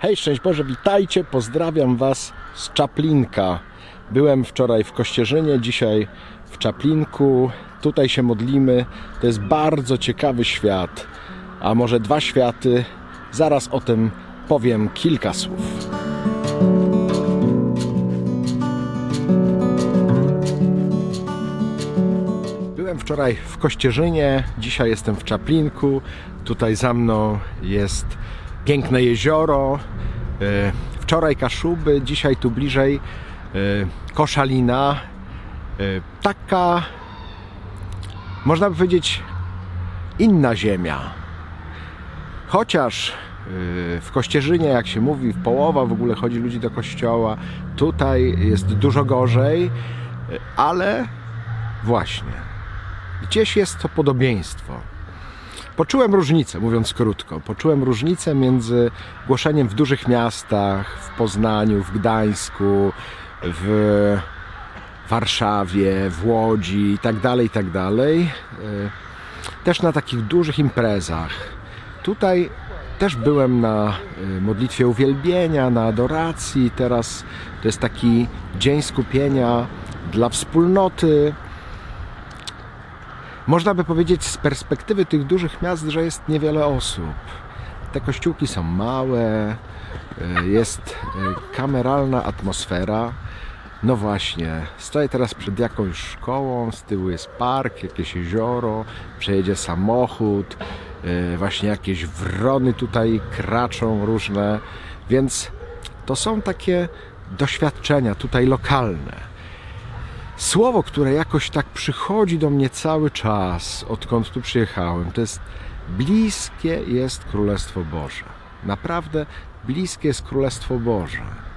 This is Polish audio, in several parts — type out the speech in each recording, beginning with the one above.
Hej, szczęść Boże, witajcie, pozdrawiam Was z Czaplinka. Byłem wczoraj w Kościerzynie, dzisiaj w Czaplinku. Tutaj się modlimy. To jest bardzo ciekawy świat, a może dwa światy. Zaraz o tym powiem kilka słów. Byłem wczoraj w Kościerzynie, dzisiaj jestem w Czaplinku. Tutaj za mną jest piękne jezioro. Wczoraj Kaszuby, dzisiaj tu bliżej Koszalina. Taka, można by powiedzieć, inna ziemia. Chociaż w Kościerzynie, jak się mówi, połowa w ogóle chodzi ludzi do kościoła. Tutaj jest dużo gorzej, ale właśnie gdzieś jest to podobieństwo. Poczułem różnicę, mówiąc krótko. Poczułem różnicę między głoszeniem w dużych miastach, w Poznaniu, w Gdańsku, w Warszawie, w Łodzi itd. Też na takich dużych imprezach. Tutaj też byłem na modlitwie uwielbienia, na adoracji. Teraz to jest taki dzień skupienia dla wspólnoty. Można by powiedzieć z perspektywy tych dużych miast, że jest niewiele osób. Te kościółki są małe, jest kameralna atmosfera. No właśnie, stoję teraz przed jakąś szkołą, z tyłu jest park, jakieś jezioro, przejedzie samochód, właśnie jakieś wrony tutaj kraczą różne, więc to są takie doświadczenia tutaj lokalne. Słowo, które jakoś tak przychodzi do mnie cały czas, odkąd tu przyjechałem, to jest: bliskie jest Królestwo Boże. Naprawdę bliskie jest Królestwo Boże.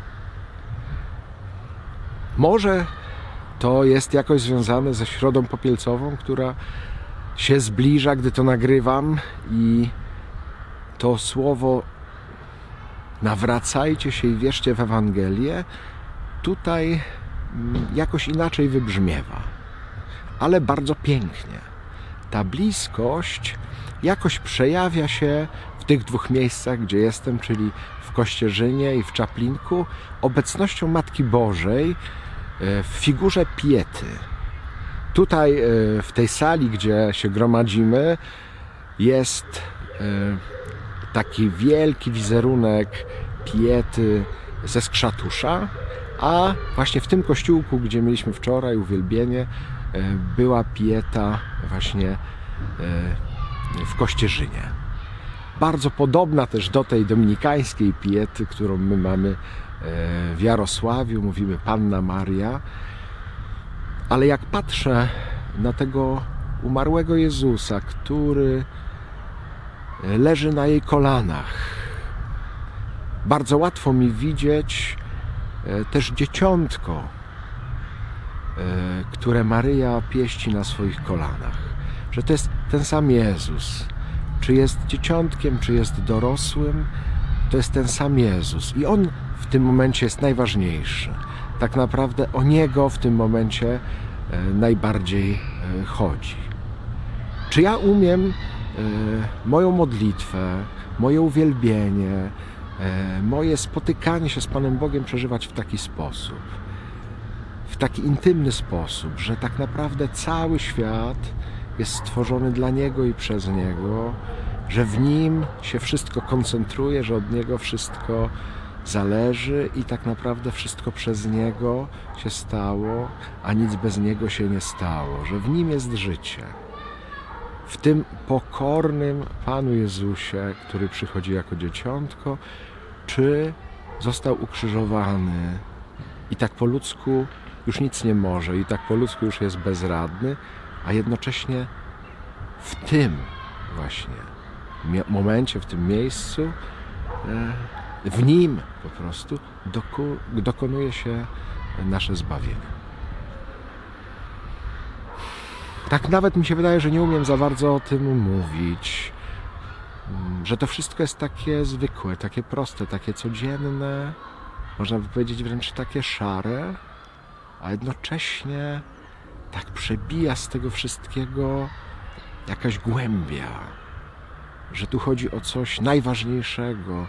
Może to jest jakoś związane ze Środą Popielcową, która się zbliża, gdy to nagrywam, i to słowo nawracajcie się i wierzcie w Ewangelię tutaj jakoś inaczej wybrzmiewa, ale bardzo pięknie. Ta bliskość jakoś przejawia się w tych dwóch miejscach, gdzie jestem, czyli w Kościerzynie i w Czaplinku, obecnością Matki Bożej w figurze Piety. Tutaj w tej sali, gdzie się gromadzimy, jest taki wielki wizerunek Piety ze Skrzatusza, a właśnie w tym kościółku, gdzie mieliśmy wczoraj uwielbienie, była Pieta właśnie w Kościerzynie. Bardzo podobna też do tej dominikańskiej Piety, którą my mamy w Jarosławiu, mówimy Panna Maria. Ale jak patrzę na tego umarłego Jezusa, który leży na jej kolanach, bardzo łatwo mi widzieć też dzieciątko, które Maryja pieści na swoich kolanach. Że to jest ten sam Jezus. Czy jest dzieciątkiem, czy jest dorosłym, to jest ten sam Jezus. I On w tym momencie jest najważniejszy. Tak naprawdę o Niego w tym momencie najbardziej chodzi. Czy ja umiem moją modlitwę, moje uwielbienie, moje spotykanie się z Panem Bogiem przeżywać w taki sposób, w taki intymny sposób, że tak naprawdę cały świat jest stworzony dla Niego i przez Niego, że w Nim się wszystko koncentruje, że od Niego wszystko zależy i tak naprawdę wszystko przez Niego się stało, a nic bez Niego się nie stało, że w Nim jest życie. W tym pokornym Panu Jezusie, który przychodzi jako dzieciątko, czy został ukrzyżowany i tak po ludzku już nic nie może, i tak po ludzku już jest bezradny, a jednocześnie w tym właśnie momencie, w tym miejscu, w Nim po prostu dokonuje się nasze zbawienie. Tak nawet mi się wydaje, że nie umiem za bardzo o tym mówić, że to wszystko jest takie zwykłe, takie proste, takie codzienne, można by powiedzieć wręcz takie szare, a jednocześnie tak przebija z tego wszystkiego jakaś głębia, że tu chodzi o coś najważniejszego,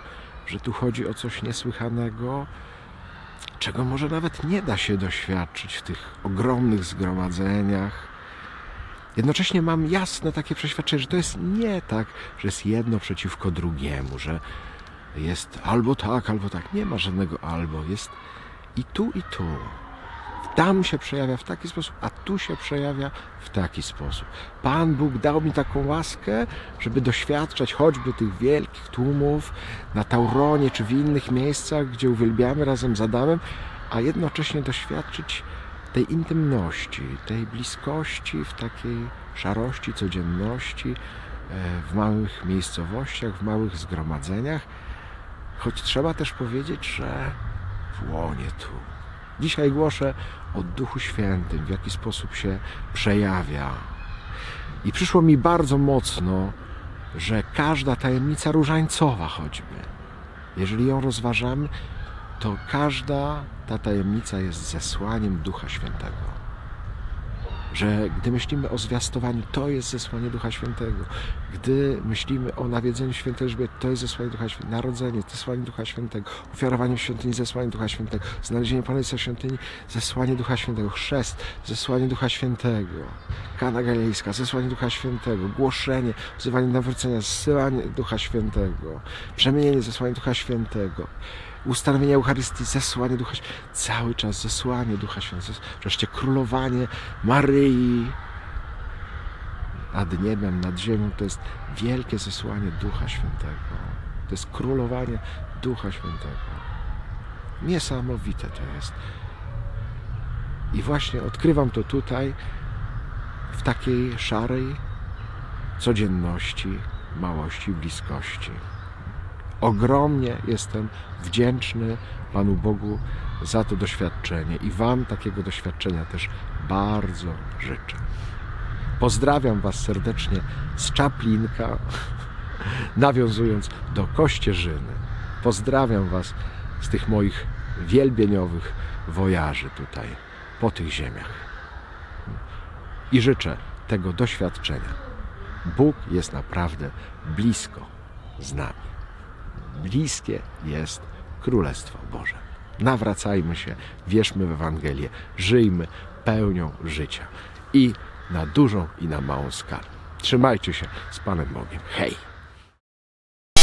że tu chodzi o coś niesłychanego, czego może nawet nie da się doświadczyć w tych ogromnych zgromadzeniach. Jednocześnie mam jasne takie przeświadczenie, że to jest nie tak, że jest jedno przeciwko drugiemu, że jest albo tak. Nie ma żadnego albo. Jest i tu, i tu. Tam się przejawia w taki sposób, a tu się przejawia w taki sposób. Pan Bóg dał mi taką łaskę, żeby doświadczać choćby tych wielkich tłumów na Tauronie czy w innych miejscach, gdzie uwielbiamy razem z Adamem, a jednocześnie doświadczyć tej intymności, tej bliskości w takiej szarości, codzienności, w małych miejscowościach, w małych zgromadzeniach. Choć trzeba też powiedzieć, że płonie tu. Dzisiaj głoszę o Duchu Świętym, w jaki sposób się przejawia. I przyszło mi bardzo mocno, że każda tajemnica różańcowa choćby, jeżeli ją rozważamy, to każda ta tajemnica jest zesłaniem Ducha Świętego. Że gdy myślimy o zwiastowaniu, to jest zesłanie Ducha Świętego. Gdy myślimy o nawiedzeniu świętej Elżbiety, to jest zesłanie Ducha Świętego. Narodzenie, zesłanie Ducha Świętego. Ofiarowanie w świątyni, zesłanie Ducha Świętego. Znalezienie Pana Jezusa w świątyni, zesłanie Ducha Świętego. Chrzest, zesłanie Ducha Świętego. Kana Galilejska, zesłanie Ducha Świętego. Głoszenie, wzywanie do nawrócenia, zsyłanie Ducha Świętego. Przemienienie, zesłanie Ducha Świętego. Ustanowienie Eucharystii, zesłanie Ducha Świętego, cały czas zesłanie Ducha Świętego, wreszcie królowanie Maryi nad niebem, nad ziemią, to jest wielkie zesłanie Ducha Świętego, to jest królowanie Ducha Świętego. Niesamowite to jest. I właśnie odkrywam to tutaj, w takiej szarej codzienności, małości, bliskości. Ogromnie jestem wdzięczny Panu Bogu za to doświadczenie i Wam takiego doświadczenia też bardzo życzę. Pozdrawiam Was serdecznie z Czaplinka, nawiązując do Kościerzyny. Pozdrawiam Was z tych moich wielbieniowych wojaży tutaj, po tych ziemiach. I życzę tego doświadczenia. Bóg jest naprawdę blisko z nami. Bliskie jest Królestwo Boże. Nawracajmy się, wierzmy w Ewangelię, żyjmy pełnią życia. I na dużą, i na małą skalę. Trzymajcie się z Panem Bogiem. Hej!